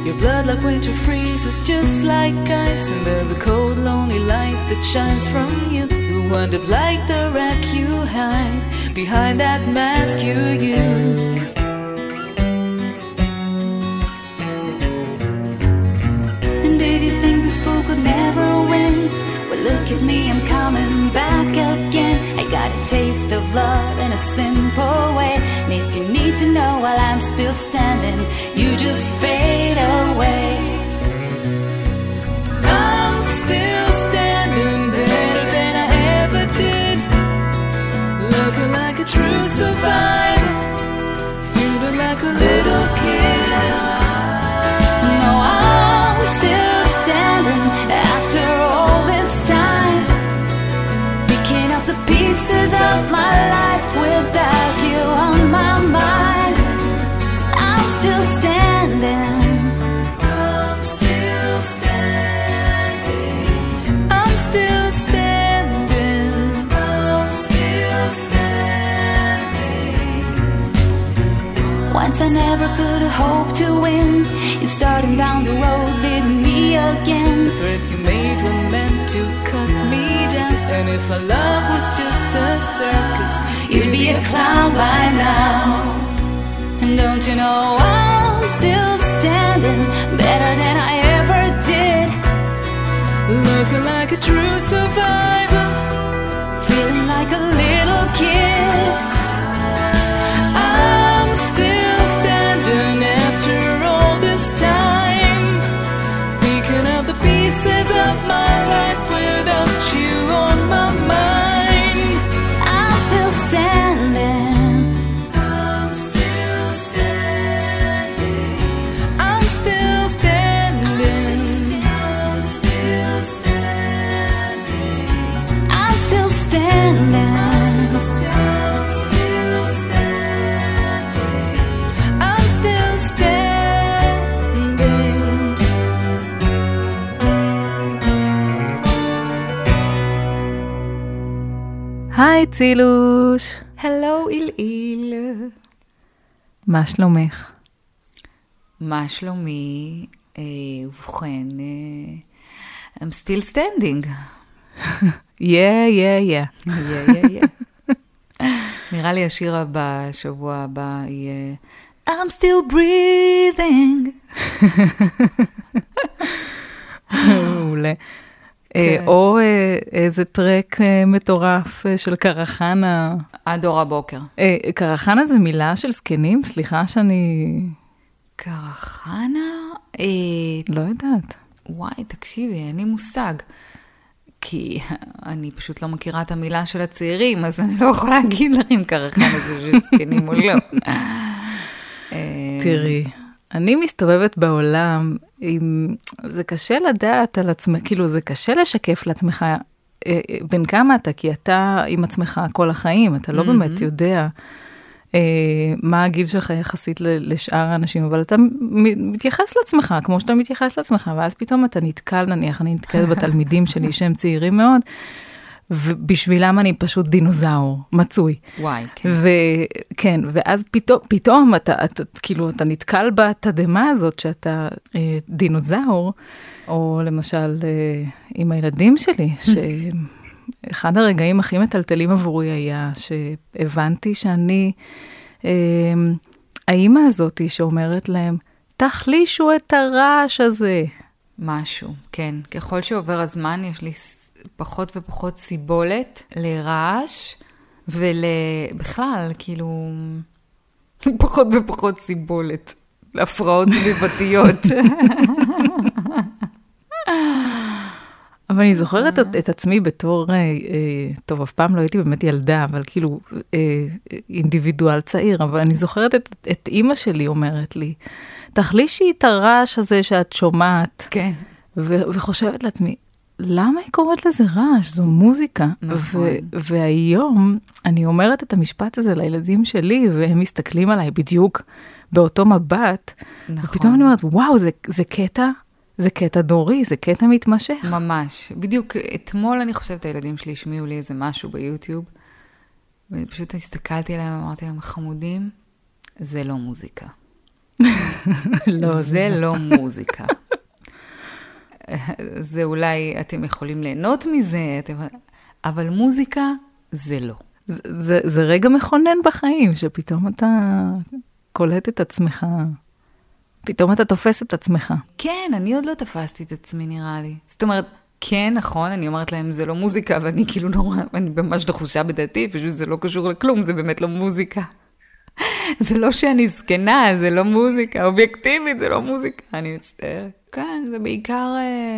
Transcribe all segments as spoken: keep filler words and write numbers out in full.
Your blood like winter freezes just like ice, and there's a cold lonely light that shines from you. You wind up like the wreck you hide behind that mask you use. And did you think this fool could never win? Well, look at me, I'm coming back again. I got a taste of love in a simple way. And if you need to know while I'm still standing, you just fade away. I'm still standing better than I ever did, looking like a true survivor, feeling like a little kid. No, I'm still standing after all this time, picking up the pieces of my life without you on my mind. I'm still standing. I'm still standing. I'm still standing. I'm still standing. Once I never could hope to win. You're starting down the road, leading me again. The threads you made were meant to cut me down. And if our love was just a circus, you'd be a clown by now. And don't you know I'm still standing better than I ever did, looking like a true survivor, feeling like a little kid. I'm still standing after all this time, picking up the pieces of my life without you on my mind. I'm still standing. I'm still standing. I'm still standing. I'm still standing. I'm still standing. I'm still standing. I'm still standing. היי צילוש, הלו איל-איל. מה שלומך? מה שלומי? אה, ובכן, אה, I'm still standing. יא, יא, יא. יא, יא, יא. נראה לי השיר הבא, שבוע הבא, יהיה I'm still breathing. מעולה. או איזה טרק מטורף של קרחנה. עד אור הבוקר. קרחנה זה מילה של זקנים? סליחה שאני... קרחנה? לא יודעת. וואי, תקשיבי, אין לי מושג. כי אני פשוט לא מכירה את המילה של הצעירים, אז אני לא יכולה להגיד לך אם קרחנה זה של זקנים או לא. תראי, אני מסתובבת בעולם, עם... זה קשה לדעת על עצמך, כאילו זה קשה לשקף לעצמך בין כמה אתה, כי אתה עם עצמך כל החיים, אתה לא באמת יודע מה הגיל שלך יחסית לשאר האנשים, אבל אתה מתייחס לעצמך, כמו שאתה מתייחס לעצמך, ואז פתאום אתה נתקל, נניח, אני נתקלת בתלמידים שלי שהם צעירים מאוד, ובשבילם אני פשוט דינוזאור, מצוי. וואי, כן. וכן, ואז פתאום, פתאום אתה, אתה, כאילו, אתה נתקל בתדמה הזאת שאתה אה, דינוזאור, או למשל אה, עם הילדים שלי, שאחד הרגעים הכי מטלטלים עבורי היה, שהבנתי שאני, אה, האמא הזאת שאומרת להם, תחלישו את הרעש הזה. משהו, כן. ככל שעובר הזמן, יש לי פחות ופחות סיבולת לרעש, ובכלל, כאילו, פחות ופחות סיבולת להפרעות סביבתיות. אבל אני זוכרת את, את עצמי בתור, אה, אה, טוב, אף פעם לא הייתי באמת ילדה, אבל כאילו אה, אינדיבידואל צעיר, אבל אני זוכרת את, את אימא שלי אומרת לי, תחלישי את הרעש הזה שאת שומעת, כן. ו- וחושבת לעצמי, למה היא קוראת לזה רעש? זו מוזיקה. נכון. ו- והיום אני אומרת את המשפט הזה לילדים שלי, והם מסתכלים עליי בדיוק באותו מבט, נכון. ופתאום אני אומרת, וואו, זה, זה קטע, זה קטע דורי, זה קטע מתמשך. ממש. בדיוק אתמול אני חושבת, הילדים שלי השמיעו לי איזה משהו ביוטיוב, ופשוט הסתכלתי עליהם, אמרתי להם, חמודים, זה לא מוזיקה. לא, זה לא מוזיקה. זה אולי, אתם יכולים ליהנות מזה, אתם... אבל מוזיקה זה לא. זה, זה, זה רגע מכונן בחיים, שפתאום אתה קולט את עצמך, פתאום אתה תופס את עצמך. כן, אני עוד לא תפסתי את עצמי, נראה לי. זאת אומרת, כן, נכון, אני אומרת להם, זה לא מוזיקה, ואני כאילו נורא, אני ממש לחושה בדעתי, פשוט זה לא קשור לכלום, זה באמת לא מוזיקה. זה לא שאני זקנה, זה לא מוזיקה, אובייקטיבית, זה לא מוזיקה. אני מצטערת. כן, זה בעיקר,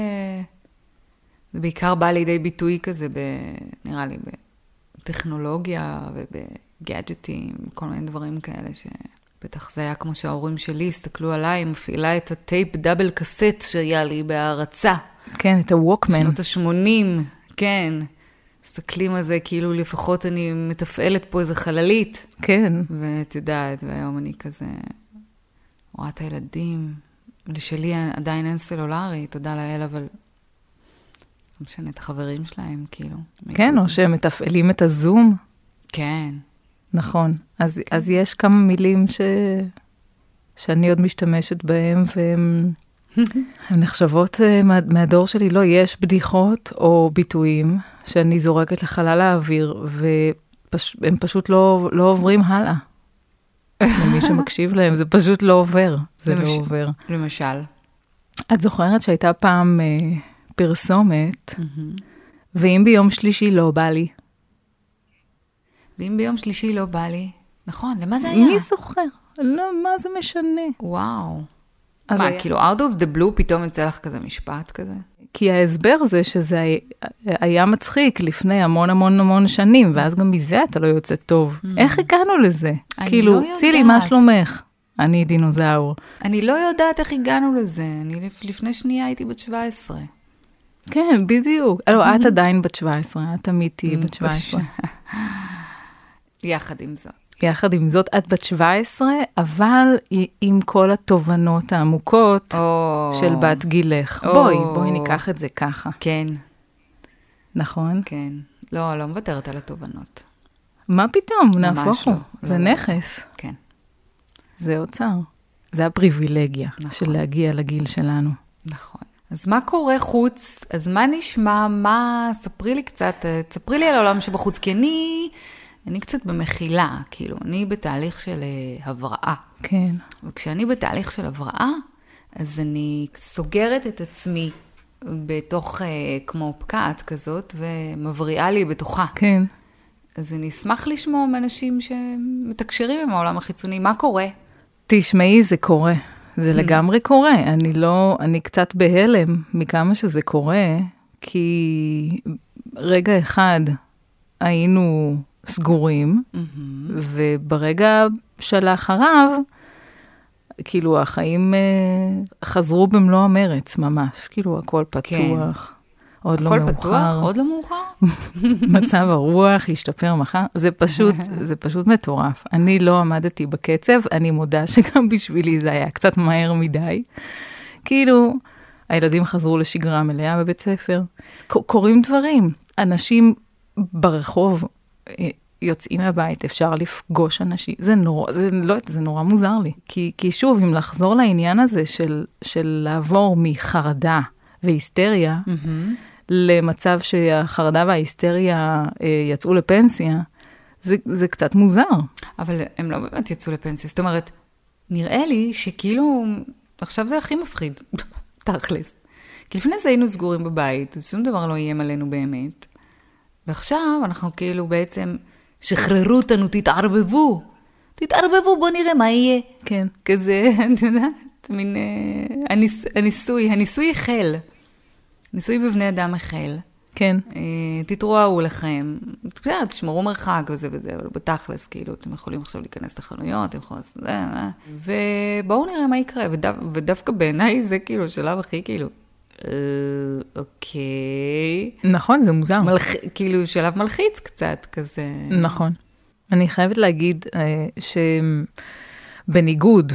זה בעיקר בא לידי ביטוי כזה, ב, נראה לי, בטכנולוגיה ובגאדג'טים, כל מיני דברים כאלה, שבטח זה היה כמו שההורים שלי הסתכלו עליי, מפעילה את הטייפ דאבל קסט שהיה לי בהרצה. כן, את הווקמן. שנות ה-שמונים, כן. מסתכלים על זה, כאילו לפחות אני מתפעלת פה איזה חללית. כן. ואת יודעת, והיום אני כזה רואה את הילדים. לשלי עדיין אין סלולרי, תודה לאל, אבל לא משנה את החברים שלהם, כאילו. כן, או שהם מתפעלים את הזום. כן. נכון. אז, כן. אז יש כמה מילים ש... שאני עוד משתמשת בהם, והן הן נחשבות מה, מהדור שלי. לא, יש בדיחות או ביטויים שאני זורקת לחלל האוויר, והם פשוט לא, לא עוברים הלאה. למי שמקשיב להם, זה פשוט לא עובר. זה למש... לא עובר. למשל. את זוכרת שהייתה פעם אה, פרסומת, mm-hmm. ואם ביום שלישי לא בא לי. ואם ביום שלישי לא בא לי. נכון, למה זה היה? מי זוכר? לא, מה זה משנה? וואו. מה, היה... כאילו, out of the blue פתאום יצא לך כזה משפט כזה? כי ההסבר זה שזה היה, היה מצחיק לפני המון המון המון שנים, ואז גם מזה אתה לא יוצא טוב. Mm. איך הגענו לזה? כאילו, לא צילי, מה שלומך? אני דינוזאור. אני לא יודעת איך הגענו לזה. אני לפני שנייה הייתי בת שבע עשרה. כן, בדיוק. לא, את עדיין בת שבע עשרה, את תמיד תהיי בת שבע עשרה. יחד עם זאת. יחד עם זאת, את בת שבע עשרה, אבל עם כל התובנות העמוקות oh. של בת גילך. Oh. בואי, בואי ניקח את זה ככה. כן. נכון? כן. לא, לא מוותרת על התובנות. מה פתאום? נהפוך הוא. זה לא נכס. כן. זה אוצר. זה הפריבילגיה נכון. של להגיע לגיל שלנו. נכון. אז מה קורה חוץ? אז מה נשמע? מה? ספרי לי קצת, ספרי לי על העולם שבחוץ, כי אני... אני קצת במחילה, כאילו, אני בתהליך של הבראה. כן. וכשאני בתהליך של הבראה, אז אני סוגרת את עצמי בתוך, כמו פקעת כזאת, ומבריאה לי בתוכה. כן. אז אני אשמח לשמוע מאנשים שמתקשרים עם העולם החיצוני. מה קורה? תשמעי, זה קורה. זה לגמרי קורה. אני לא, אני קצת בהלם מכמה שזה קורה, כי רגע אחד היינו... סגורים, mm-hmm. וברגע שלאחריו, כאילו החיים uh, חזרו במלוא המרץ ממש, כאילו הכל פתוח, כן. עוד לא מאוחר. הכל פתוח, עוד לא מאוחר? מצב הרוח ישתפר מחר, זה פשוט, זה פשוט מטורף. אני לא עמדתי בקצב, אני מודה שגם בשבילי זה היה קצת מהר מדי. כאילו, הילדים חזרו לשגרה מלאה בבית ספר, קורים דברים, אנשים ברחוב, יוצאים מהבית, אפשר לפגוש אנשים, זה נורא, זה לא, זה נורא מוזר לי. כי, כי שוב, אם לחזור לעניין הזה של, של לעבור מחרדה והיסטריה, mm-hmm. למצב שהחרדה וההיסטריה אה, יצאו לפנסיה, זה, זה קצת מוזר. אבל הם לא באמת יצאו לפנסיה. זאת אומרת, נראה לי שכאילו, עכשיו זה הכי מפחיד, תכלס. כי לפני זה היינו סגורים בבית, שום דבר לא יהיה עלינו באמת. ועכשיו אנחנו כאילו בעצם, שחררו אותנו, תתערבבו. תתערבבו, בוא נראה מה יהיה. כן. כזה, את יודעת, מין, אה, הניס, הניסוי, הניסוי החל. ניסוי בבני אדם החל. כן. אה, תתרועו לכם. תשמרו מרחק וזה וזה, אבל בתכלס, כאילו, אתם יכולים עכשיו להיכנס לחנויות, אתם יכולים לעשות זה, ובואו נראה מה יקרה. ודו, ודווקא בעיניי זה כאילו, שלב הכי כאילו, אוקיי. נכון, זה מוזר. כאילו שלב מלחיץ קצת כזה. נכון. אני חייבת להגיד שבניגוד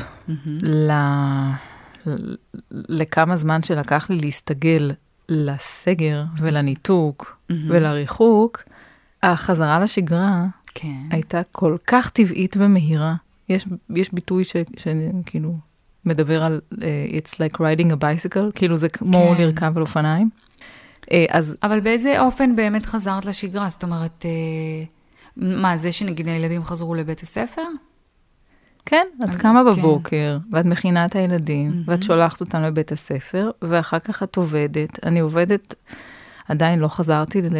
לכמה זמן שלקח לי להסתגל לסגר ולניתוק ולריחוק, החזרה לשגרה הייתה כל כך טבעית ומהירה. יש ביטוי שכאילו מדבר על uh, it's like riding a bicycle, כאילו זה כמו כן. לרכב על אופניים. Uh, אז... אבל באיזה אופן באמת חזרת לשגרה? זאת אומרת, uh, מה, זה שנגיד הילדים חזרו לבית הספר? כן, את קמה בבוקר, כן. ואת מכינה את הילדים, mm-hmm. ואת שולחת אותם לבית הספר, ואחר כך את עובדת. אני עובדת, עדיין לא חזרתי ל...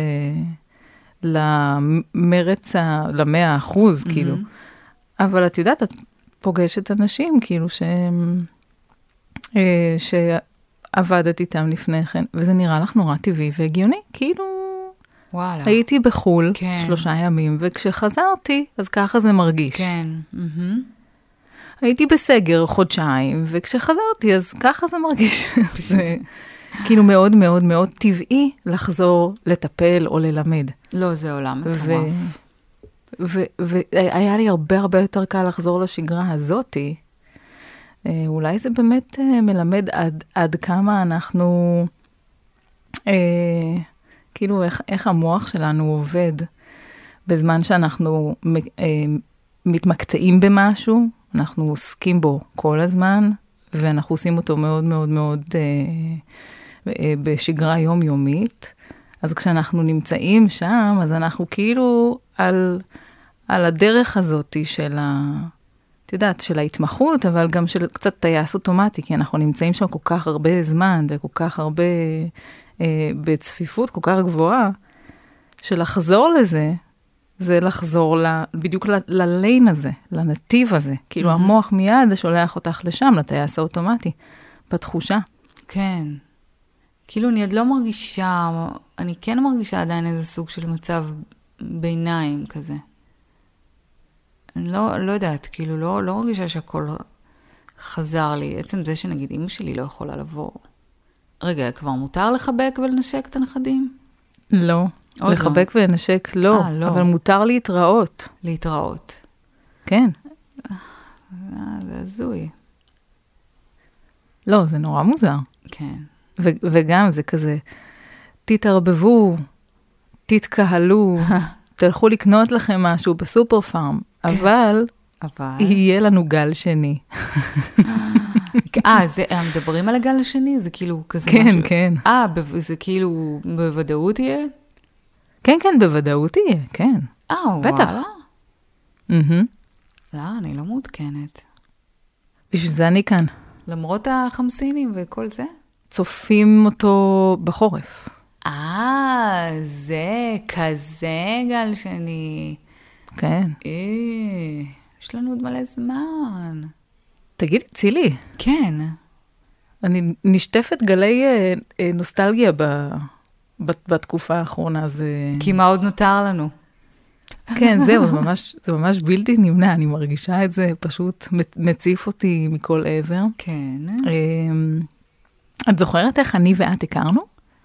למרץ, ה... למאה אחוז, mm-hmm. כאילו. אבל את יודעת, את פוגשת אנשים, כאילו, ש... שעבדת איתם לפני כן, וזה נראה לך נורא טבעי והגיוני, כאילו... וואלה. הייתי בחול כן. שלושה ימים, וכשחזרתי, אז ככה זה מרגיש. כן. Mm-hmm. הייתי בסגר חודשיים, וכשחזרתי, אז ככה זה מרגיש. זה כאילו מאוד מאוד מאוד טבעי לחזור לטפל או ללמד. לא, זה עולם מטורף. והיה לי הרבה הרבה יותר קל לחזור לשגרה הזאתי. אולי זה באמת מלמד עד, עד כמה אנחנו, אה, כאילו איך, איך המוח שלנו עובד, בזמן שאנחנו אה, מתמקצעים במשהו, אנחנו עוסקים בו כל הזמן, ואנחנו עושים אותו מאוד מאוד מאוד אה, אה, בשגרה יומיומית. אז כשאנחנו נמצאים שם, אז אנחנו כאילו על, על הדרך הזאת של ה... את יודעת, של ההתמחות, אבל גם של קצת טייס אוטומטי, כי אנחנו נמצאים שם כל כך הרבה זמן, וכל כך הרבה אה, בצפיפות, כל כך גבוהה, שלחזור לזה, זה לחזור ל, בדיוק ל, לליין הזה, לנתיב הזה. כאילו mm-hmm. המוח מיד שולח אותך לשם, לטייס האוטומטי, בתחושה. כן. כאילו אני עוד לא מרגישה, אני כן מרגישה עדיין איזה סוג של מצב ביניים כזה. אני לא, לא יודעת, כאילו לא, לא מרגישה שהכל חזר לי. עצם זה שנגיד אמא שלי לא יכולה לבוא. רגע, כבר מותר לחבק ולנשק את הנכדים? לא. לחבק לא. ולנשק לא, 아, לא, אבל מותר להתראות. להתראות. כן. זה הזוי. לא, זה נורא מוזר. כן. ו- וגם זה כזה, תתערבבו, תתקהלו, תלכו לקנות לכם משהו בסופר פארם, כן. אבל, אבל יהיה לנו גל שני. אה, מדברים על הגל השני? זה כאילו כזה כן, משהו? כן. אה, זה כאילו בוודאות יהיה? כן, כן, בוודאות יהיה, כן. אה, וואלה? Mm-hmm. לא, אני לא מעודכנת. בשביל זה אני כאן. למרות החמסינים וכל זה? צופים אותו בחורף. אה, זה כזה גל שני. כן. אה, יש לנו עוד מלא זמן. תגידי, צילי. כן. אני נשטפת גלי אה, אה, נוסטלגיה ב, ב, בתקופה האחרונה. זה... כי מה עוד נותר לנו? כן, זהו, זה ממש, זה ממש בלתי נמנע. אני מרגישה את זה, פשוט מציף אותי מכל עבר. כן. אה, את זוכרת איך אני ואת הכרנו?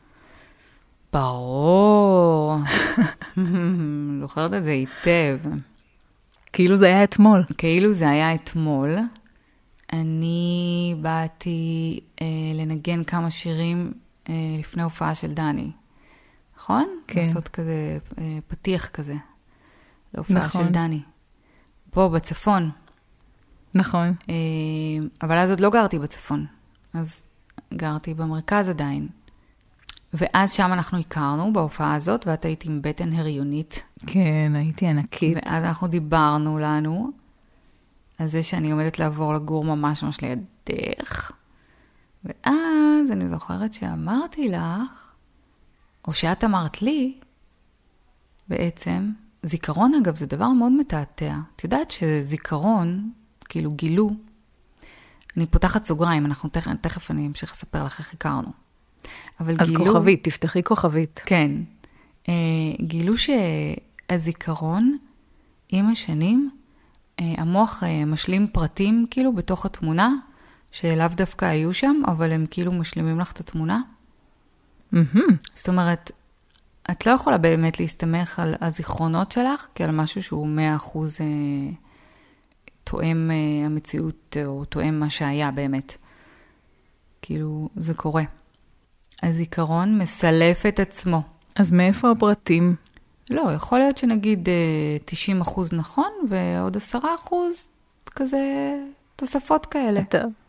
ברור. זוכרת את זה היטב. כאילו זה היה אתמול. כאילו זה היה אתמול. אני באתי אה, לנגן כמה שירים אה, לפני הופעה של דני. נכון? כן. לעשות כזה אה, פתיח כזה. להופעה נכון. של דני. פה בצפון. נכון. אה, אבל אז עוד לא גרתי בצפון. אז גרתי במרכז עדיין. ואז שם אנחנו הכרנו בהופעה הזאת, ואת היית עם בטן הריונית. כן, הייתי ענקית. ואז אנחנו דיברנו לנו על זה שאני עומדת לעבור לגור ממש ממש לידך. ואז אני זוכרת שאמרתי לך, או שאת אמרת לי, בעצם, זיכרון אגב זה דבר מאוד מתעתע. את יודעת שזיכרון, כאילו גילו, אני פותחת סוגריים, אנחנו תכף, תכף אני אמשיך לספר לך איך הכרנו. אבל אז גילו, כוכבית, תפתחי כוכבית. כן. אה, גילו שהזיכרון, עם השנים, אה, המוח אה, משלים פרטים כאילו בתוך התמונה, שלאו דווקא היו שם, אבל הם כאילו משלימים לך את התמונה. Mm-hmm. זאת אומרת, את לא יכולה באמת להסתמך על הזיכרונות שלך, כי על משהו שהוא מאה אחוז אה, תואם אה, המציאות, או תואם מה שהיה באמת. כאילו, זה קורה. הזיכרון מסלף את עצמו. אז מאיפה הפרטים? לא, יכול להיות שנגיד תשעים אחוז נכון, ועוד עשרה אחוז כזה תוספות כאלה. אתה,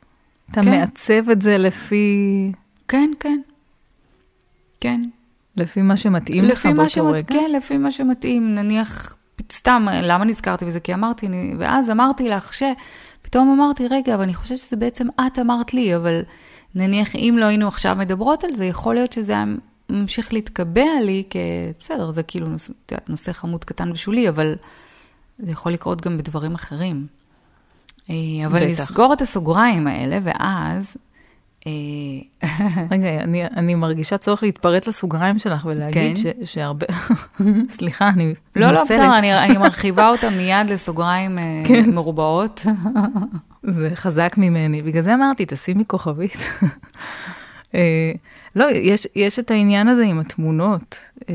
אתה כן. מעצב את זה לפי... כן, כן. כן. לפי מה שמתאים לך באותו שמת... רגע? כן, לפי מה שמתאים. נניח, סתם, למה נזכרתי בזה? כי אמרתי, אני... ואז אמרתי לך שפתאום אמרתי, רגע, אבל אני חושבת שזה בעצם את אמרת לי, אבל נניח, אם לא היינו עכשיו מדברות על זה, יכול להיות שזה היה ממשיך להתקבע לי, כי בסדר, זה כאילו נושא, נושא חמוד קטן ושולי, אבל זה יכול לקרות גם בדברים אחרים. אבל בטח. נסגור את הסוגריים האלה, ואז... רגע, אני, אני מרגישה צורך להתפרץ לסוגריים שלך ולהגיד כן? ש, שהרבה... סליחה, אני... לא, לא, בסדר, אני, אני מרחיבה אותה מיד לסוגריים כן. מרובעות. זה חזק ממני, בגלל זה אמרתי, תשימי כוכבית. לא, יש, יש את העניין הזה עם התמונות,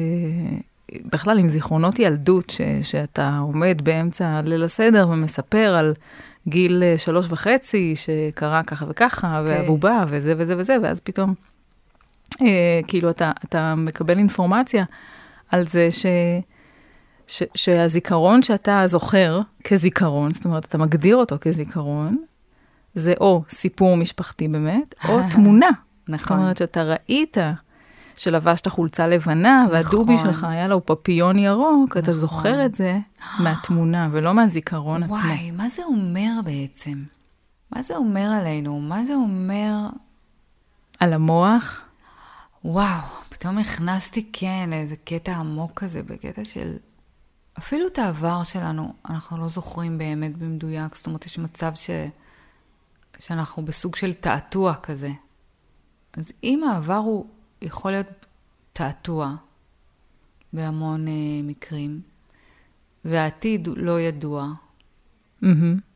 בכלל עם זיכרונות ילדות, ש, שאתה עומד באמצע ליל הסדר ומספר על גיל שלוש וחצי, שקרה ככה וככה, okay. והבובה, וזה וזה וזה, ואז פתאום, אה, כאילו אתה, אתה מקבל אינפורמציה על זה ש, ש, שהזיכרון שאתה זוכר כזיכרון, זאת אומרת, אתה מגדיר אותו כזיכרון, זה או סיפור משפחתי באמת, או תמונה. נכון. זאת אומרת, שאתה ראית שלבשת חולצה לבנה, נכון. והדובי שלך היה לו פפיון ירוק, נכון. אתה זוכר את זה מהתמונה, ולא מהזיכרון וואי, עצמו. וואי, מה זה אומר בעצם? מה זה אומר עלינו? מה זה אומר... על המוח? וואו, פתאום הכנסתי כן לאיזה קטע עמוק כזה, בקטע של... אפילו את העבר שלנו, אנחנו לא זוכרים באמת במדויק, זאת אומרת, יש מצב ש... שאנחנו בסוג של תעתוע כזה. אז אם העבר הוא יכול להיות תעתוע בהמון uh, מקרים, והעתיד הוא לא ידוע, mm-hmm.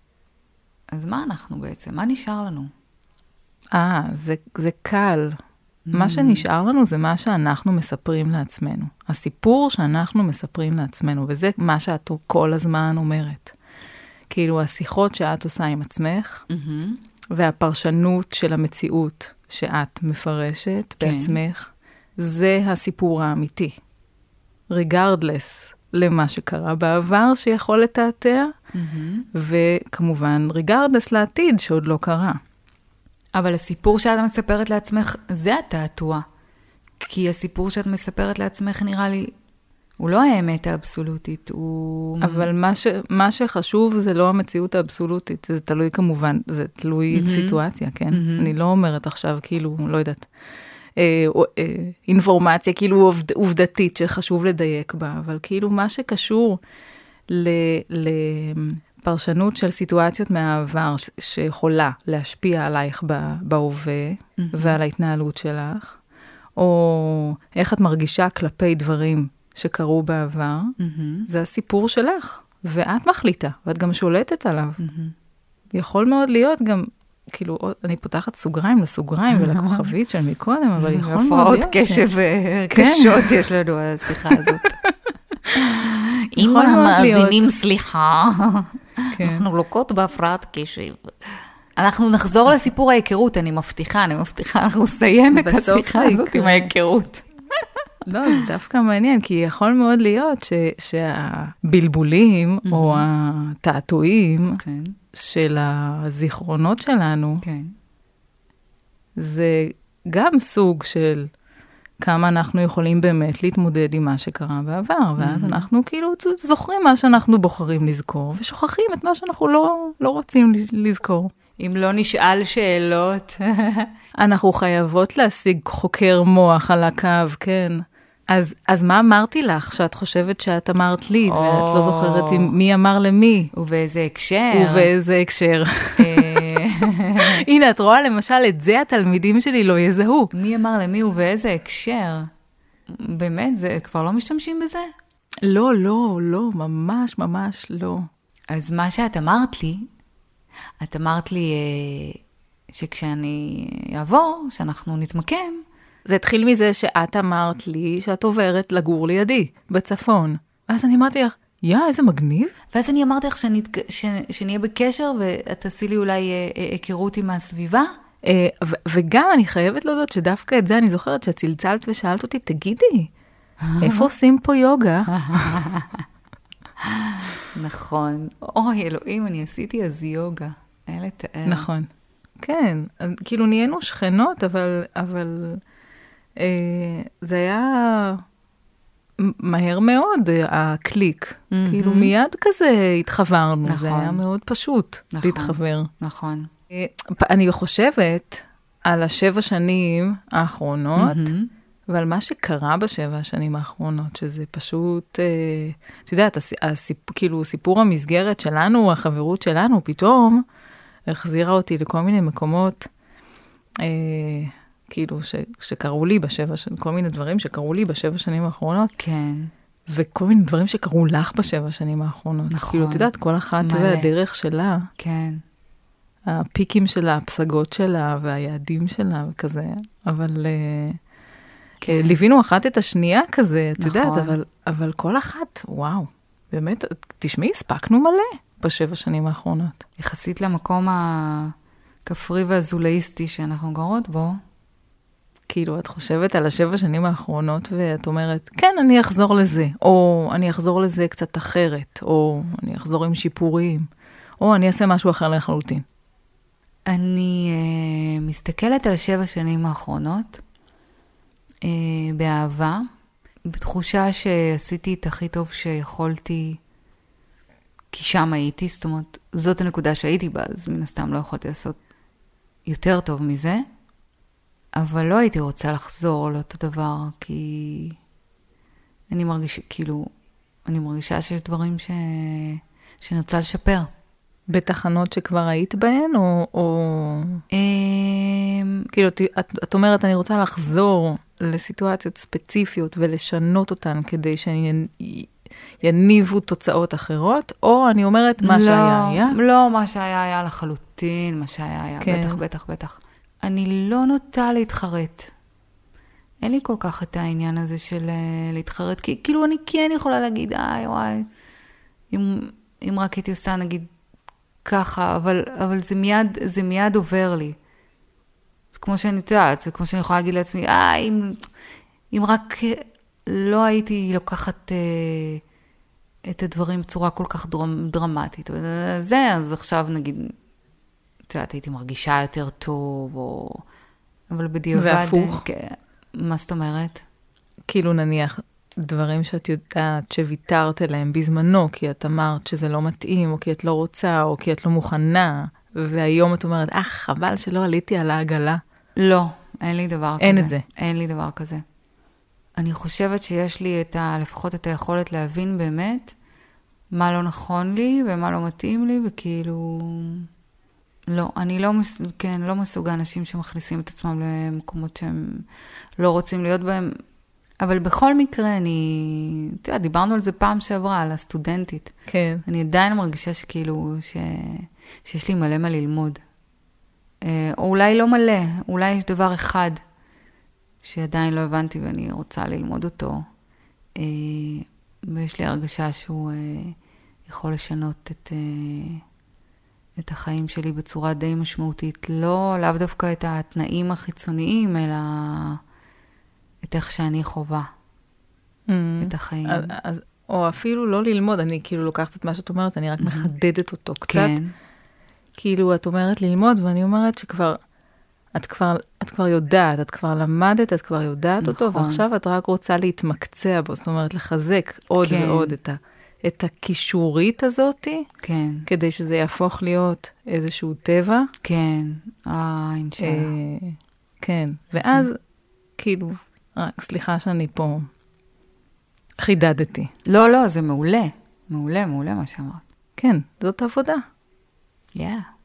אז מה אנחנו בעצם? מה נשאר לנו? אה, זה, זה קל. Mm-hmm. מה שנשאר לנו זה מה שאנחנו מספרים לעצמנו. הסיפור שאנחנו מספרים לעצמנו, וזה מה שאת כל הזמן אומרת. כאילו, השיחות שאת עושה עם עצמך, mm-hmm. והפרשנות של המציאות שאת מפרשת כן. בעצמך, זה הסיפור האמיתי. regardless למה שקרה בעבר שיכול לתעתע, mm-hmm. וכמובן regardless לעתיד שעוד לא קרה. אבל הסיפור שאת מספרת לעצמך, זה התעתוע. כי הסיפור שאת מספרת לעצמך נראה לי, הוא לא האמת האבסולוטית, הוא... אבל מה, ש, מה שחשוב זה לא המציאות האבסולוטית, זה תלוי כמובן, זה תלוי mm-hmm. סיטואציה, כן? Mm-hmm. אני לא אומרת עכשיו כאילו, לא יודעת, אה, אה, אינפורמציה כאילו עובד, עובדתית שחשוב לדייק בה, אבל כאילו מה שקשור ל, לפרשנות של סיטואציות מהעבר, שיכולה להשפיע עלייך בהווה mm-hmm. ועל ההתנהלות שלך, או איך את מרגישה כלפי דברים שקרו בעבר, mm-hmm. זה הסיפור שלך, ואת מחליטה, ואת גם שולטת עליו. Mm-hmm. יכול מאוד להיות גם, כאילו, אני פותחת סוגריים לסוגריים ולכוכבית של מקודם, אבל יכול מאוד להיות. הפרעות קשב קשות יש לנו השיחה הזאת. אם המאזינים סליחה, אנחנו לוקות בהפרעת קשב. אנחנו נחזור לסיפור ההיכרות, אני מבטיחה, אני מבטיחה, אנחנו נסיים את השיחה הזאת עם ההיכרות. לא, זה דווקא מעניין, כי יכול מאוד להיות ש, שהבלבולים mm-hmm. או התעתועים okay. של הזיכרונות שלנו, okay. זה גם סוג של כמה אנחנו יכולים באמת להתמודד עם מה שקרה בעבר, mm-hmm. ואז אנחנו כאילו זוכרים מה שאנחנו בוחרים לזכור, ושוכחים את מה שאנחנו לא, לא רוצים לזכור. אם לא נשאל שאלות. אנחנו חייבות להשיג חוקר מוח על הקו, כן. אז, אז מה אמרתי לך שאת חושבת שאת אמרת לי, ואת לא זוכרת מי אמר למי? ובאיזה הקשר. ובאיזה הקשר. הנה, את רואה למשל, את זה התלמידים שלי לא יזהו. מי אמר למי ובאיזה הקשר? באמת, זה כבר לא משתמשים בזה? לא, לא, לא, ממש, ממש לא. אז מה שאת אמרת לי, את אמרת לי שכשאני אעבור, שאנחנו נתמקם, זה התחיל מזה שאת אמרת לי שאת עוברת לגור לידי, בצפון. ואז אני אמרתי לך, יא, איזה מגניב. ואז אני אמרתי לך שאני, ש, שנהיה בקשר, ואת תעשי לי אולי היכרות עם הסביבה. ו- וגם אני חייבת להודות שדווקא את זה אני זוכרת שצלצלת ושאלת אותי, תגידי, איפה עושים פה יוגה? נכון. אוי, אלוהים, אני עשיתי אז יוגה. אלה תאר. נכון. כן, כאילו נהיינו שכנות, אבל, אבל אה, זה היה מהר מאוד, הקליק. Mm-hmm. כאילו מיד כזה התחברנו, נכון. זה היה מאוד פשוט נכון, להתחבר. נכון. אה, אני חושבת על השבע שנים האחרונות, mm-hmm. ועל מה שקרה בשבע השנים האחרונות, שזה פשוט, אה, אתה יודעת, הסיפ, כאילו סיפור המסגרת שלנו, החברות שלנו, פתאום החזירה אותי לכל מיני מקומות, אה, כאילו ש, שקראו לי בשבע, כל מיני דברים שקראו לי בשבע שנים האחרונות. כן. וכל מיני דברים שקראו לך בשבע שנים האחרונות. נכון. כאילו, אתה יודעת, כל אחת מלא. והדרך שלה. כן. הפיקים שלה, הפסגות שלה, והיעדים שלה, וכזה. אבל... אה, כן. ליווינו אחת את השנייה כזה, את נכון. יודעת, אבל, אבל כל אחת, וואו, באמת, תשמעי, הספקנו מלא בשבע שנים האחרונות. יחסית למקום הכפרי והזולאיסטי שאנחנו גרות בו. כאילו, את חושבת על השבע שנים האחרונות, ואת אומרת, כן, אני אחזור לזה, או אני אחזור לזה קצת אחרת, או אני אחזור עם שיפורים, או אני אעשה משהו אחר לחלוטין. אני uh, מסתכלת על השבע שנים האחרונות, Uh, באהבה, בתחושה שעשיתי את הכי טוב שיכולתי, כי שם הייתי, זאת אומרת, זאת הנקודה שהייתי בה, אז מן הסתם לא יכולתי לעשות יותר טוב מזה, אבל לא הייתי רוצה לחזור לאותו דבר, כי אני מרגישה, כאילו, אני מרגישה שיש דברים ש... שאני רוצה לשפר. בתחנות שכבר היית בהן, או... או... כאילו, את, את אומרת, אני רוצה לחזור לסיטואציות ספציפיות ולשנות אותן כדי שיניבו תוצאות אחרות, או אני אומרת, מה לא, שהיה היה? לא, מה שהיה היה לחלוטין, מה שהיה היה, כן. בטח, בטח, בטח. אני לא נוטה להתחרט. אין לי כל כך את העניין הזה של להתחרט, כי כאילו אני כן יכולה להגיד, איי, וואי, אם, אם רק הייתי עושה, נגיד, ככה, אבל, אבל זה מיד, זה מיד עובר לי. זה כמו שאני יודעת, זה כמו שאני יכולה להגיד לעצמי, אה, אם, אם רק לא הייתי לוקחת אה, את הדברים בצורה כל כך דרמ, דרמטית, זה, אז עכשיו נגיד, את יודעת, הייתי מרגישה יותר טוב, או... אבל בדיעבד... והפוך. כן, מה זאת אומרת? כאילו נניח, דברים שאת יודעת שוויתרת אליהם בזמנו, כי את אמרת שזה לא מתאים, או כי את לא רוצה, או כי את לא מוכנה, והיום את אומרת, אה, חבל שלא עליתי על העגלה. לא, אין לי דבר אין כזה. את זה. אין לי דבר כזה. אני חושבת שיש לי את ה, לפחות את היכולת להבין באמת מה לא נכון לי ומה לא מתאים לי, וכאילו... לא, אני לא, כן, לא מסוגה אנשים שמכניסים את עצמם למקומות שהם לא רוצים להיות בהם. אבל בכל מקרה, אני, אתה יודע, דיברנו על זה פעם שעברה, על הסטודנטית. כן. אני עדיין מרגישה שכאילו, ש... שיש לי מלא מה ללמוד. או אולי לא מלא, אולי יש דבר אחד שעדיין לא הבנתי ואני רוצה ללמוד אותו. ויש לי הרגשה שהוא יכול לשנות את, את החיים שלי בצורה די משמעותית. לא, לאו דווקא את התנאים החיצוניים, אלא... את איך שאני חובה, mm. את החיים. אז, אז, או אפילו לא ללמוד, אני כאילו לוקחת את מה שאת אומרת, אני רק mm-hmm. מחדדת אותו קצת. כן. כאילו את אומרת ללמוד, ואני אומרת שכבר, את כבר, את כבר יודעת, את כבר למדת, את כבר יודעת נכון. אותו, ועכשיו את רק רוצה להתמקצע בו, זאת אומרת לחזק עוד כן. ועוד את, ה, את הכישורית הזאת, כן. כדי שזה יהפוך להיות איזשהו טבע. כן, אה, אינשאללה. אה, כן, ואז כאילו... רק סליחה שאני פה חידדתי. לא, לא, זה מעולה. מעולה, מעולה מה שאמרת. כן, זאת העבודה. Yeah.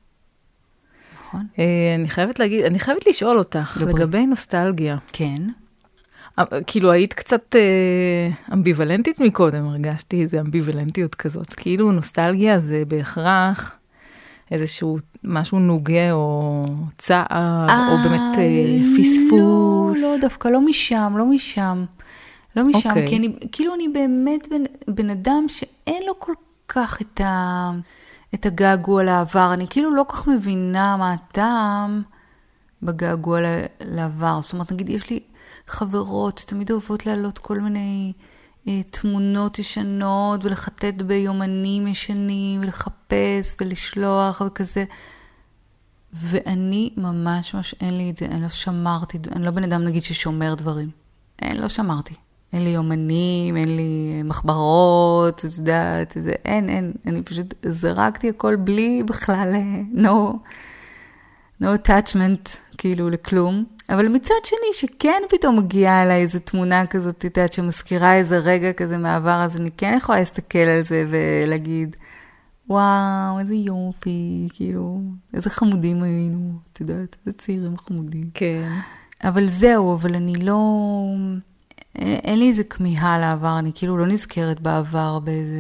נכון. אני חייבת להגיד, אני חייבת לשאול אותך, דברי. לגבי נוסטלגיה. כן. כאילו היית קצת אמביוולנטית מקודם, הרגשתי איזו אמביוולנטיות כזאת. כאילו נוסטלגיה זה בהכרח איזשהו משהו נוגע או צער, או באמת פספוס. לא, לא, דווקא לא משם, לא משם. לא משם, כי אני, כאילו אני באמת בן אדם שאין לו כל כך את ה... את הגעגוע לעבר. אני כאילו לא כך מבינה מה הטעם בגעגוע לעבר. זאת אומרת, נגיד, יש לי חברות שתמיד אוהבות להעלות כל מיני אה, תמונות ישנות, ולחטט ביומנים ישנים, ולחפש ולשלוח וכזה. ואני ממש ממש אין לי את זה, אני לא שמרתי, אני לא בן אדם נגיד ששומר דברים. אין, לא שמרתי. אין לי יומנים, אין לי מחברות, את יודעת, זה, אין, אין, אני פשוט זרקתי הכל בלי בכלל, no, no attachment, כאילו, לכלום. אבל מצד שני, שכן פתאום מגיעה אליי איזו תמונה כזאת, את יודעת, שמזכירה איזה רגע כזה מעבר, אז אני כן יכולה להסתכל על זה ולהגיד, וואו, איזה יופי, כאילו, איזה חמודים היינו, את יודעת, איזה צעירים חמודים. כן. אבל זהו, אבל אני לא... אין לי איזה כמיהה לעבר, אני כאילו לא נזכרת בעבר באיזה...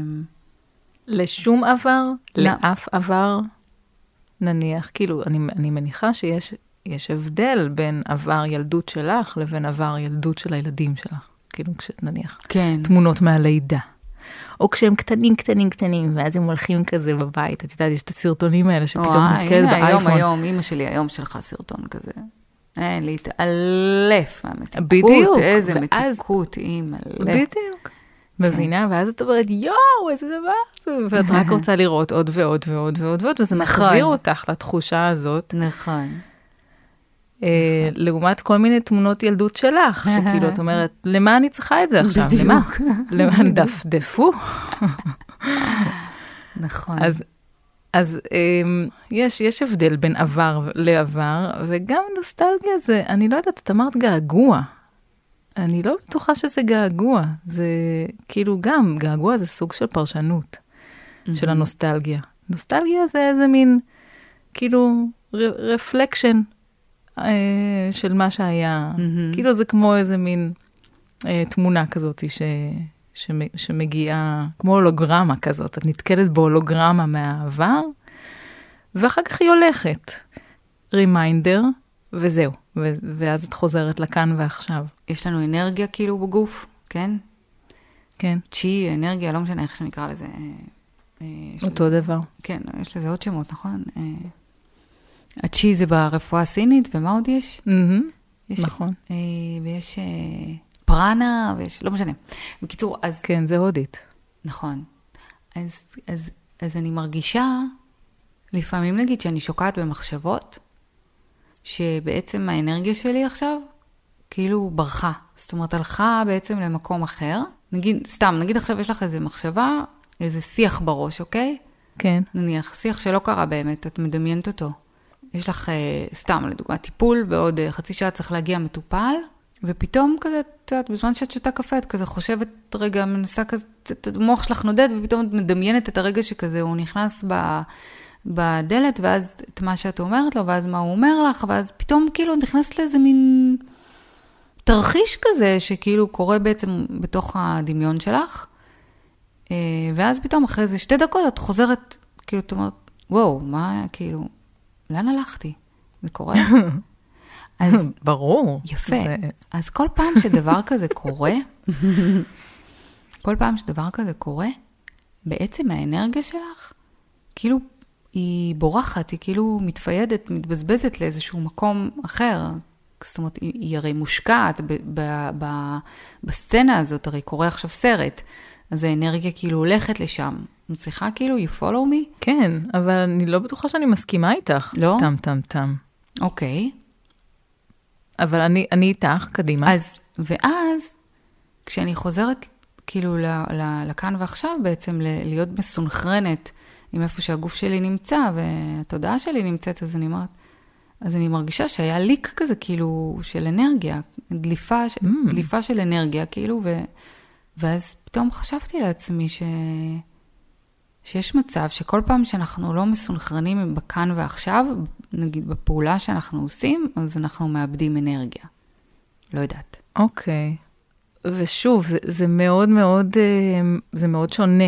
לשום עבר? לא. לאף עבר? נניח, כאילו, אני, אני מניחה שיש יש הבדל בין עבר ילדות שלך לבין עבר ילדות של הילדים שלך. כאילו, נניח, כן. תמונות מהלידה. או כשהם קטנים, קטנים, קטנים, ואז הם הולכים כזה בבית. את יודעת, יש את הסרטונים האלה שפתאום מתקלת באייפון. היום, היום, אמא שלי היום שלך סרטון כזה. אין, להתעלף מהמתיקות. בדיוק. איזה ואז, מתיקות, אימא. בדיוק. מבינה, ואז את אומרת, יואו, איזה דבר זה. ואת רק רוצה לראות עוד ועוד ועוד ועוד ועוד, וזה מחזיר אותך לתחושה הזאת. נכון. לעומת כל מיני תמונות ילדות שלך, שכאילו את אומרת, למה אני צריכה את זה עכשיו? למה? למה דפדפו? נכון. אז, אז יש, יש הבדל בין עבר לעבר, וגם נוסטלגיה זה, אני לא יודעת, את אמרת געגוע. אני לא בטוחה שזה געגוע. זה כאילו גם, געגוע זה סוג של פרשנות של הנוסטלגיה. נוסטלגיה זה איזה מין, כאילו, רפלקשן, של מה שהיה, mm-hmm. כאילו זה כמו איזה מין אה, תמונה כזאת ש, שמגיעה, כמו הולוגרמה כזאת, את נתקלת בהולוגרמה מהעבר, ואחר כך היא הולכת, רימיינדר, וזהו, ו, ואז את חוזרת לכאן ועכשיו. יש לנו אנרגיה כאילו בגוף, כן? כן. צ'י, אנרגיה, לא משנה איך שנקרא לזה. אותו לזה, דבר. כן, יש לזה עוד שמות, נכון? הצ'י זה ברפואה הסינית, ומה עוד יש? Mm-hmm, יש נכון. אה, ויש אה, פרנה, ויש, לא משנה. בקיצור, אז... כן, זה הודית. נכון. אז, אז, אז אני מרגישה, לפעמים נגיד שאני שוקעת במחשבות, שבעצם האנרגיה שלי עכשיו, כאילו ברחה. זאת אומרת, הלכה בעצם למקום אחר. נגיד, סתם, נגיד עכשיו יש לך איזו מחשבה, איזה שיח בראש, אוקיי? כן. נניח, שיח שלא קרה באמת, את מדמיינת אותו. יש לך, סתם, לדוגמה, טיפול, בעוד חצי שעה צריך להגיע מטופל, ופתאום כזה, את יודעת, בזמן שאת שותה קפה, את כזה חושבת רגע, מנסה כזה, את המוח שלך נודד, ופתאום את מדמיינת את הרגע שכזה, הוא נכנס ב, בדלת, ואז את מה שאת אומרת לו, ואז מה הוא אומר לך, ואז פתאום כאילו נכנסת לאיזה מין תרחיש כזה, שכאילו קורה בעצם בתוך הדמיון שלך, ואז פתאום אחרי זה שתי דקות, את חוזרת, כאילו, את אומרת, וואו, מה, כאילו, לאן הלכתי? זה קורה? אז, ברור. יפה. זה... אז כל פעם שדבר כזה קורה, כל פעם שדבר כזה קורה, בעצם האנרגיה שלך, כאילו היא בורחת, היא כאילו מתפיידת, מתבזבזת לאיזשהו מקום אחר. זאת אומרת, היא, היא הרי מושקעת ב, ב, ב, בסצנה הזאת, הרי קורה עכשיו סרט, אז האנרגיה כאילו הולכת לשם. מצליחה כאילו, you follow me? כן, אבל אני לא בטוחה שאני מסכימה איתך. לא? תם, תם, תם. אוקיי. אבל אני, אני איתך, קדימה. אז, ואז, כשאני חוזרת כאילו ל, ל, לכאן ועכשיו בעצם, ל, להיות מסונכרנת עם איפה שהגוף שלי נמצא, והתודעה שלי נמצאת, אז אני אומרת, אז אני מרגישה שהיה ליק כזה כאילו של אנרגיה, דליפה, mm. דליפה של אנרגיה כאילו, ו, ואז פתאום חשבתי לעצמי ש... שיש מצב שכל פעם שאנחנו לא מסונכרנים בכאן ועכשיו, נגיד בפעולה שאנחנו עושים, אז אנחנו מאבדים אנרגיה. לא יודעת. אוקיי. ושוב, זה, זה מאוד מאוד, זה מאוד שונה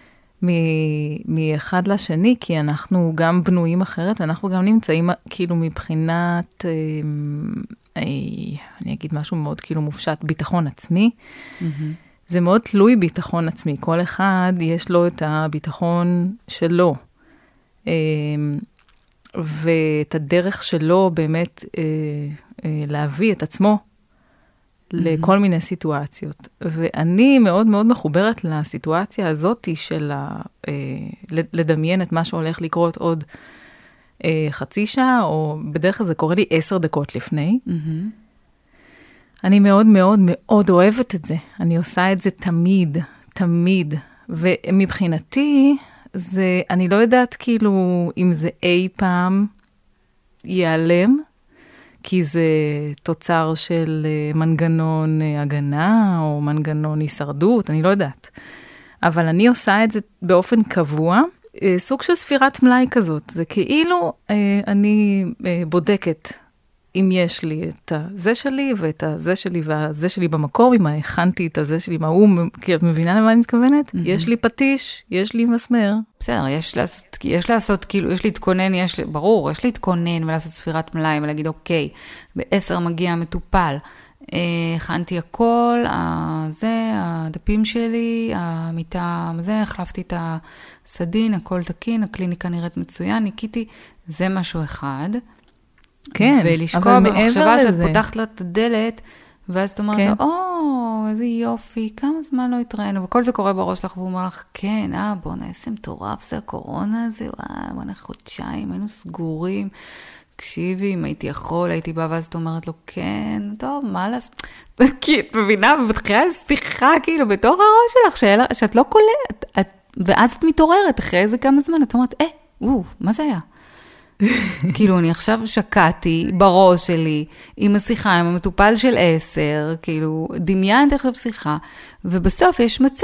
מאחד לשני, כי אנחנו גם בנויים אחרת, ואנחנו גם נמצאים כאילו מבחינת, אני אגיד משהו מאוד כאילו מופשט, ביטחון עצמי. Mm-hmm. זה מאוד תלוי ביטחון עצמי. כל אחד יש לו את הביטחון שלו. ואת הדרך שלו באמת להביא את עצמו לכל מיני סיטואציות. ואני מאוד מאוד מחוברת לסיטואציה הזאת של לדמיין את מה שהולך לקרות עוד אה, חצי שעה, או בדרך כלל זה קורה לי עשר דקות לפני. Mm-hmm. אני מאוד מאוד מאוד אוהבת את זה. אני עושה את זה תמיד, תמיד. ומבחינתי, זה, אני לא יודעת כאילו אם זה אי פעם ייעלם, כי זה תוצר של מנגנון הגנה, או מנגנון הישרדות, אני לא יודעת. אבל אני עושה את זה באופן קבוע, סוג של ספירת מלאי כזאת. זה כאילו אני בודקת אם יש לי את הזה שלי, ואת הזה שלי, והזה שלי במקום, אם הכנתי את הזה שלי, מה הוא, כי את מבינה למה אני מתכוונת? Mm-hmm. יש לי פטיש, יש לי מסמר. בסדר, יש לעשות, יש לעשות, כאילו, יש להתכונן, יש, ברור, יש להתכונן ולעשות ספירת מלאי, ולהגיד, אוקיי, בעשר מגיע מטופל, הכנתי הכל, זה, הדפים שלי, המיטה, זה, החלפתי את הסדין, הכל תקין, הקליניקה נראית מצוין, ניקיתי, זה משהו אחד. כן, ולשקוע במחשבה שאת פותחת לה את הדלת, ואז את אומרת כן. לה, או, איזה יופי, כמה זמן לא התראינו, וכל זה קורה בראש לך, והוא אומר לך, כן, אה, בוא נעשה מטורף, זה הקורונה הזה, וואו, בוא נח חודשיים, היינו סגורים, תקשיבי, אם הייתי יכול, הייתי באה, ואז את אומרת לו, כן, טוב, מה לעשות? כי את מבינה, ובתחילה שיחה, כאילו, בתוך הראש שלך, שאלה, שאת לא קולט, את, ואז את מתעוררת, אחרי איזה כמה זמן, את אומרת, אה, וואו, מה זה היה? כאילו, אני עכשיו שקעתי בראש שלי, עם השיחה, עם המטופל של עשר, כאילו, דמיינתי עכשיו שיחה, ובסוף יש מצב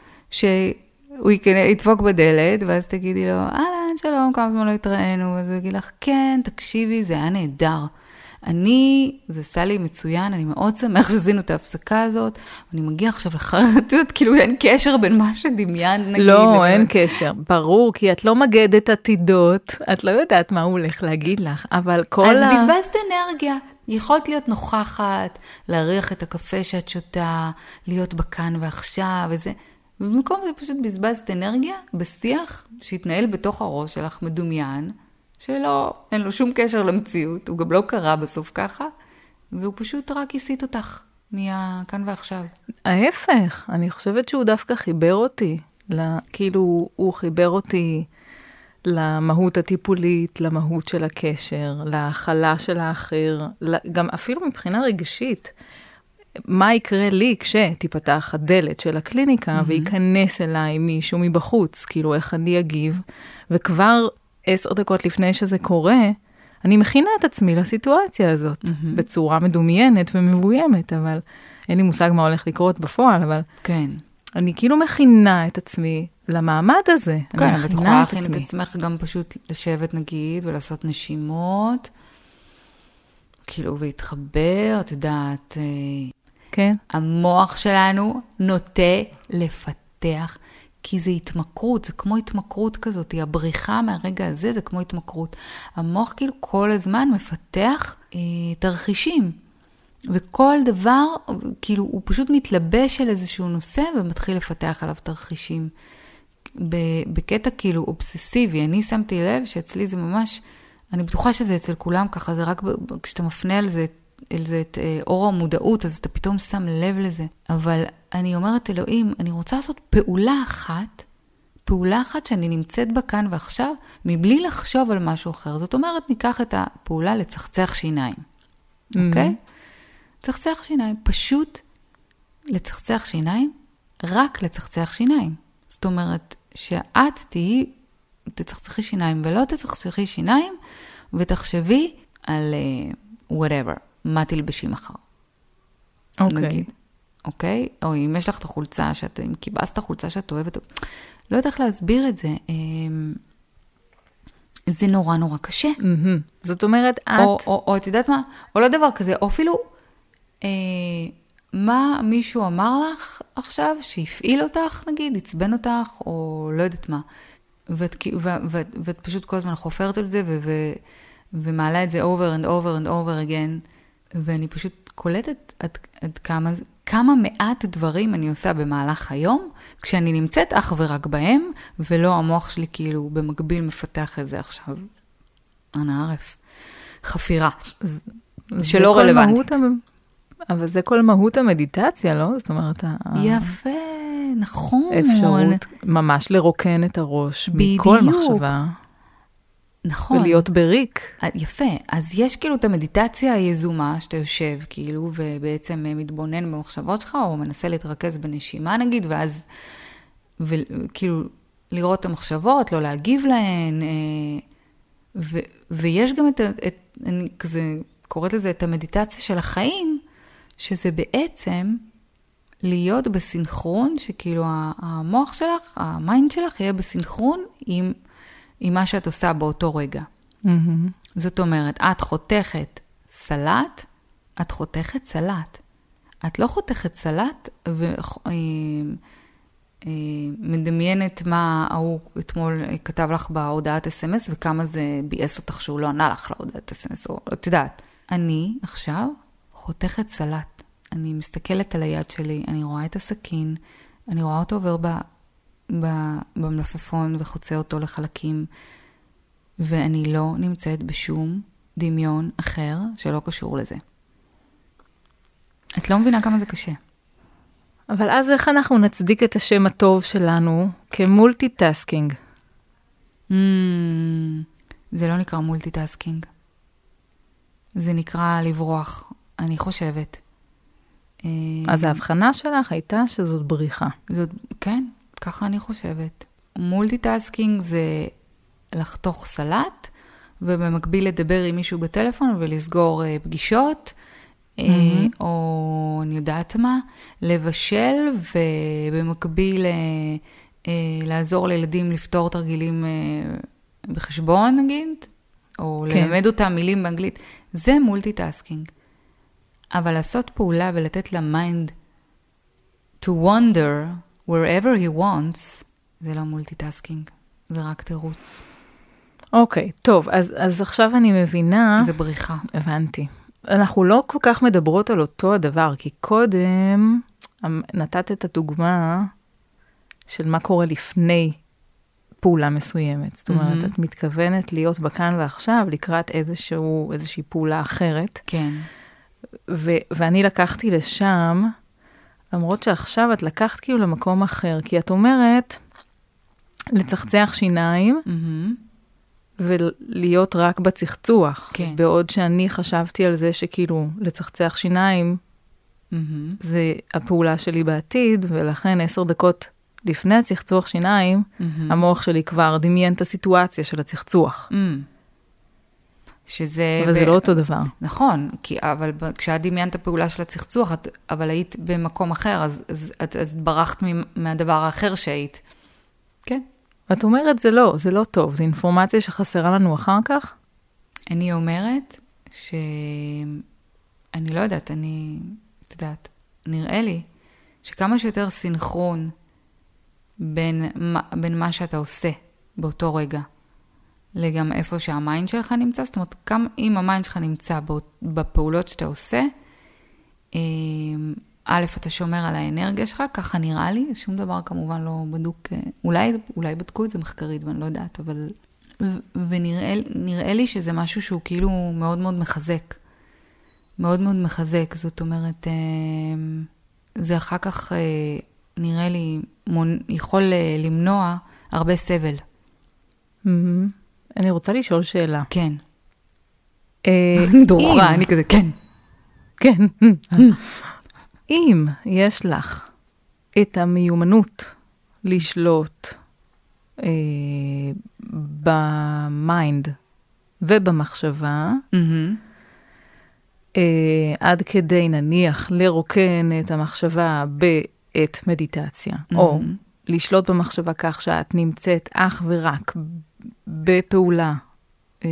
שהוא ידפוק בדלת, ואז תגידי לו, אהלן, שלום, כמה זמן לא התראינו, ואז הוא יגיד לך, כן, תקשיבי, זה היה נהדר. אני, זה סלי מצוין, אני מאוד שמח שזינו את ההפסקה הזאת, אני מגיע עכשיו לחרטות, כאילו אין קשר בין מה שדמיין נגיד. לא, אין קשר, ברור, כי את לא מגדת עתידות, את לא יודעת מה הוא הולך להגיד לך, אבל כל אז ה... אז בזבזת אנרגיה, יכולת להיות נוכחת, להריח את הקפה שאת שותה, להיות בכאן ועכשיו וזה, ובמקום זה פשוט בזבזת אנרגיה בשיח שהתנהל בתוך הראש שלך מדומיין, שלא, אין לו שום קשר למציאות, הוא גם לא קרה בסוף ככה, והוא פשוט רק הסיט אותך מכאן ועכשיו. ההפך, אני חושבת שהוא דווקא חיבר אותי, כאילו הוא חיבר אותי למהות הטיפולית, למהות של הקשר, להכלה של האחר, גם אפילו מבחינה רגשית, מה יקרה לי כשתיפתח הדלת של הקליניקה, mm-hmm. וייכנס אליי מישהו מבחוץ, כאילו איך אני אגיב, וכבר עשר דקות לפני שזה קורה, אני מכינה את עצמי לסיטואציה הזאת, mm-hmm. בצורה מדומיינת ומבוימת, אבל אין לי מושג מה הולך לקרות בפועל, אבל כן. אני כאילו מכינה את עצמי למעמד הזה. כן, אבל תוכל להכין את עצמך גם פשוט לשבת נגיד, ולעשות נשימות, כאילו ולהתחבר, את יודעת, כן. המוח שלנו נוטה לפתח, כי זה התמכרות, זה כמו התמכרות כזאת, הבריחה מהרגע הזה זה כמו התמכרות. המוח כאילו כל הזמן מפתח אה, תרחישים, וכל דבר, כאילו הוא פשוט מתלבש על איזשהו נושא, ומתחיל לפתח עליו תרחישים. בקטע כאילו אובססיבי, אני שמתי לב שאצלי זה ממש, אני בטוחה שזה אצל כולם ככה, זה רק כשאתה מפנה על זה, על זה את אור המודעות, אז אתה פתאום שם לב לזה. אבל אני אומרת, אלוהים, אני רוצה לעשות פעולה אחת, פעולה אחת שאני נמצאת בה כאן ועכשיו, מבלי לחשוב על משהו אחר. זאת אומרת, ניקח את הפעולה לצחצח שיניים. אוקיי? Mm-hmm. צחצח שיניים. פשוט לצחצח שיניים, רק לצחצח שיניים. זאת אומרת, שאת תהיי, תצחצחי שיניים ולא תצחצחי שיניים, ותחשבי על uh, whatever. מה תלבשי מחר. אוקיי. נגיד. אוקיי? או אם יש לך את החולצה, שאת, אם קיבסת החולצה שאת אוהבת, לא יודעת איך להסביר את זה. זה נורא נורא קשה. זאת אומרת, את... או, או, או את יודעת מה? או לא דבר כזה, או אפילו, אה, מה מישהו אמר לך עכשיו, שהפעיל אותך, נגיד, הצבן אותך, או לא יודעת מה. ואת, ואת, ואת, ואת פשוט כל הזמן חופרת על זה, ו, ו, ומעלה את זה over and over and over again, ואני פשוט קולטת עד, עד כמה, כמה מעט דברים אני עושה במהלך היום, כשאני נמצאת אך ורק בהם, ולא המוח שלי כאילו במקביל מפתח את זה עכשיו. אנא ערף. חפירה. שלא רלוונטית. אבל זה כל מהות המדיטציה, לא? זאת אומרת... יפה, נכון. אפשרות ממש לרוקן את הראש מכל מחשבה. נכון. ולהיות בריק. יפה. אז יש כאילו את המדיטציה היזומה, שאתה יושב כאילו, ובעצם מתבונן במחשבות שלך, או מנסה להתרכז בנשימה נגיד, ואז, וכאילו, לראות את המחשבות, לא להגיב להן, ו, ויש גם את, את, אני כזה קוראת לזה, את המדיטציה של החיים, שזה בעצם להיות בסינכרון, שכאילו המוח שלך, המיינד שלך יהיה בסינכרון עם, עם מה שאת עושה באותו רגע. Mm-hmm. זאת אומרת, את חותכת סלט, את חותכת סלט. את לא חותכת סלט ומדמיינת מה הוא אתמול כתב לך בהודעת אס אם אס, וכמה זה ביאס אותך שהוא לא ענה לך להודעת אס אם אס, או את יודעת. אני עכשיו חותכת סלט. אני מסתכלת על היד שלי, אני רואה את הסכין, אני רואה אותו עובר ב, ב, במלפפון וחוצה אותו לחלקים, ואני לא נמצאת בשום דמיון אחר שלא קשור לזה. את לא מבינה כמה זה קשה. אבל אז איך אנחנו נצדיק את השם הטוב שלנו כמולטיטאסקינג? Mm, זה לא נקרא מולטיטאסקינג. זה נקרא לברוח, אני חושבת. אז ההבחנה שלך הייתה שזאת בריחה. זאת, כן, ככה אני חושבת. מולטיטאסקינג זה לחתוך סלט, ובמקביל לדבר עם מישהו בטלפון ולסגור uh, פגישות, mm-hmm. uh, או אני יודעת מה, לבשל, ובמקביל uh, uh, לעזור לילדים לפתור תרגילים uh, בחשבון נגיד, או כן. ללמד אותם מילים באנגלית. זה מולטיטאסקינג. אבל לעשות פעולה ולתת למיינד to wander wherever he wants, זה לא מולטיטאסקינג, זה רק תירוץ. אוקיי, טוב, אז, אז עכשיו אני מבינה... זה בריחה. הבנתי. אנחנו לא כל כך מדברות על אותו הדבר, כי קודם נתת את הדוגמה של מה קורה לפני פעולה מסוימת. זאת אומרת, mm-hmm. את מתכוונת להיות בכאן ועכשיו, לקראת איזשהו, איזושהי פעולה אחרת. כן. ו- ואני לקחתי לשם, למרות שעכשיו את לקחת כאילו למקום אחר, כי את אומרת, לצחצח שיניים, mm-hmm. ולהיות רק בצחצוח. כן. בעוד שאני חשבתי על זה שכאילו, לצחצח שיניים, mm-hmm. זה הפעולה שלי בעתיד, ולכן עשר דקות לפני הצחצוח שיניים, mm-hmm. המוח שלי כבר דמיין את הסיטואציה של הצחצוח. Mm-hmm. שזה... וזה ב... לא אותו דבר. נכון, כי, אבל כשאת דמיינת הפעולה של הצחצוח, את, אבל היית במקום אחר, אז, אז, אז, אז ברחת מהדבר האחר שהיית. כן. את אומרת, זה לא, זה לא טוב, זו אינפורמציה שחסרה לנו אחר כך? אני אומרת ש... אני לא יודעת, אני... את יודעת, נראה לי שכמה שיותר סינכרון בין, בין מה שאתה עושה באותו רגע, לגם איפה שהמיינד שלך נמצא, זאת אומרת, כמה, אם המיינד שלך נמצא בפעולות שאתה עושה, א', אתה שומר על האנרגיה שלך, ככה נראה לי, שום דבר כמובן לא בדוק, אולי, אולי בדקו את זה מחקרית, ואני לא יודעת, אבל, ונראה נראה לי שזה משהו שהוא כאילו מאוד מאוד מחזק, מאוד מאוד מחזק, זאת אומרת, זה אחר כך נראה לי, יכול למנוע הרבה סבל. Mm-hmm. אני רוצה לשאול שאלה. כן. אני דרוכה, אני כזה, כן. כן. אם יש לך את המיומנות לשלוט אה, במיינד ובמחשבה, mm-hmm. אה, עד כדי נניח לרוקן את המחשבה בעת מדיטציה, mm-hmm. או לשלוט במחשבה כך שאת נמצאת אך ורק בפעולה אה,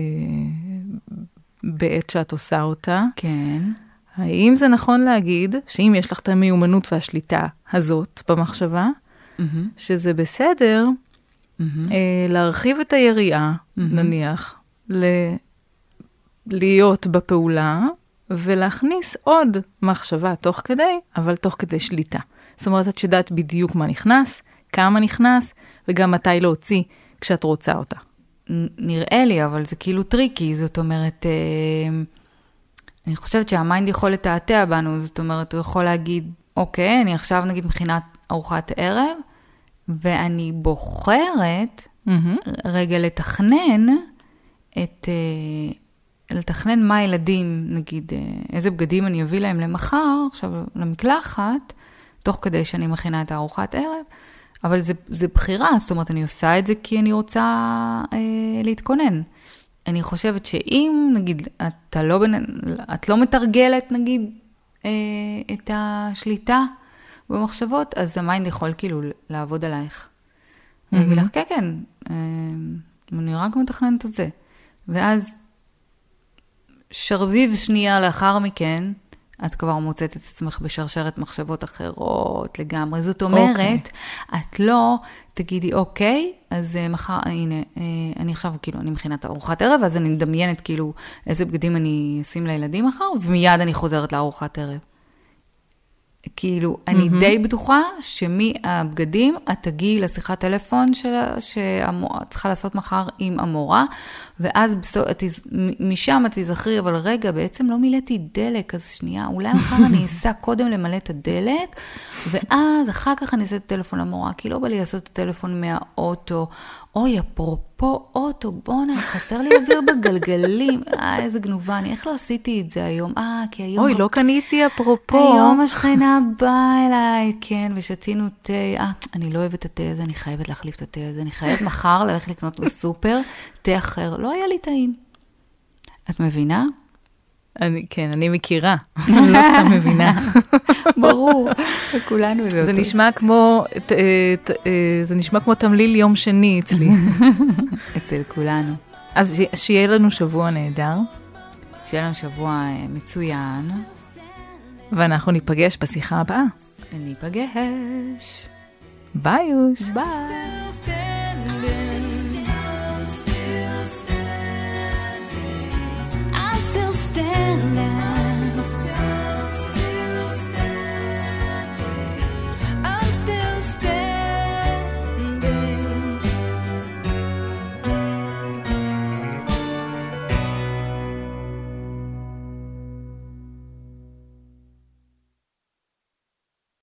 בעת שאת עושה אותה. כן. האם זה נכון להגיד שאם יש לך את המיומנות והשליטה הזאת במחשבה, mm-hmm. שזה בסדר mm-hmm. אה, להרחיב את היריעה, mm-hmm. נניח, ל- להיות בפעולה, ולהכניס עוד מחשבה תוך כדי, אבל תוך כדי שליטה. זאת אומרת, את יודעת בדיוק מה נכנס, כמה נכנס, וגם מתי להוציא כשאת רוצה אותה. נראה לי, אבל זה כאילו טריקי, זאת אומרת, אה, אני חושבת שהמיינד יכול לתעתע בנו, זאת אומרת, הוא יכול להגיד, אוקיי, אני עכשיו נגיד מבחינת ארוחת ערב, ואני בוחרת mm-hmm. רגע לתכנן את, לתכנן מה הילדים, נגיד, איזה בגדים אני אביא להם למחר, עכשיו למקלחת, תוך כדי שאני מכינה את הארוחת ערב, אבל זה, זה בחירה, זאת אומרת, אני עושה את זה כי אני רוצה אה, להתכונן. אני חושבת שאם, נגיד, אתה לא, את לא מתרגלת, נגיד, אה, את השליטה במחשבות, אז המיינד יכול כאילו לעבוד עלייך. Mm-hmm. ואגיד לך, כן, כן, אה, אני רק מתכננת את זה. ואז שרביב שנייה לאחר מכן, את כבר מוצאת את עצמך בשרשרת מחשבות אחרות לגמרי. זאת אומרת, okay. את לא תגידי, אוקיי, אז מחר, הנה, אני עכשיו, כאילו, אני מכינה את ארוחת ערב, אז אני מדמיינת, כאילו, איזה בגדים אני אשים לילדים מחר, ומיד אני חוזרת לארוחת ערב. כאילו, אני mm-hmm. די בטוחה שמהבגדים, את תגיעי לשיחת טלפון שלה, שאת צריכה לעשות מחר עם המורה, ואז בסוף, משם את תזכרי, אבל רגע, בעצם לא מילאתי דלק, אז שנייה, אולי מחר אני אסע קודם למלא את הדלק, ואז אחר כך אני אעשה את הטלפון למורה, כי לא בא לי לעשות את הטלפון מהאוטו, אוי, אפרופו אוטו, בוא'נה, חסר לי אוויר בגלגלים, אה, איזה גנובה, אני איך לא עשיתי את זה היום? אה, כי היום... אוי, לא קניתי אפרופו. היום השכנה באה אליי, כן, ושתינו תה, אה, אני לא אוהבת את התה הזה, אני חייבת להחליף את התה הזה, אני חייבת מחר ללכת לקנות בסופר, תה אחר, לא היה לי טעים. את מבינה? אני, כן, אני מכירה, אני לא סתם מבינה. ברור, כולנו זה. זה נשמע כמו, זה נשמע כמו תמליל יום שני אצלי. אצל כולנו. אז שיהיה לנו שבוע נהדר. שיהיה לנו שבוע מצוין. ואנחנו ניפגש בשיחה הבאה. ניפגש. ביי יוש. ביי.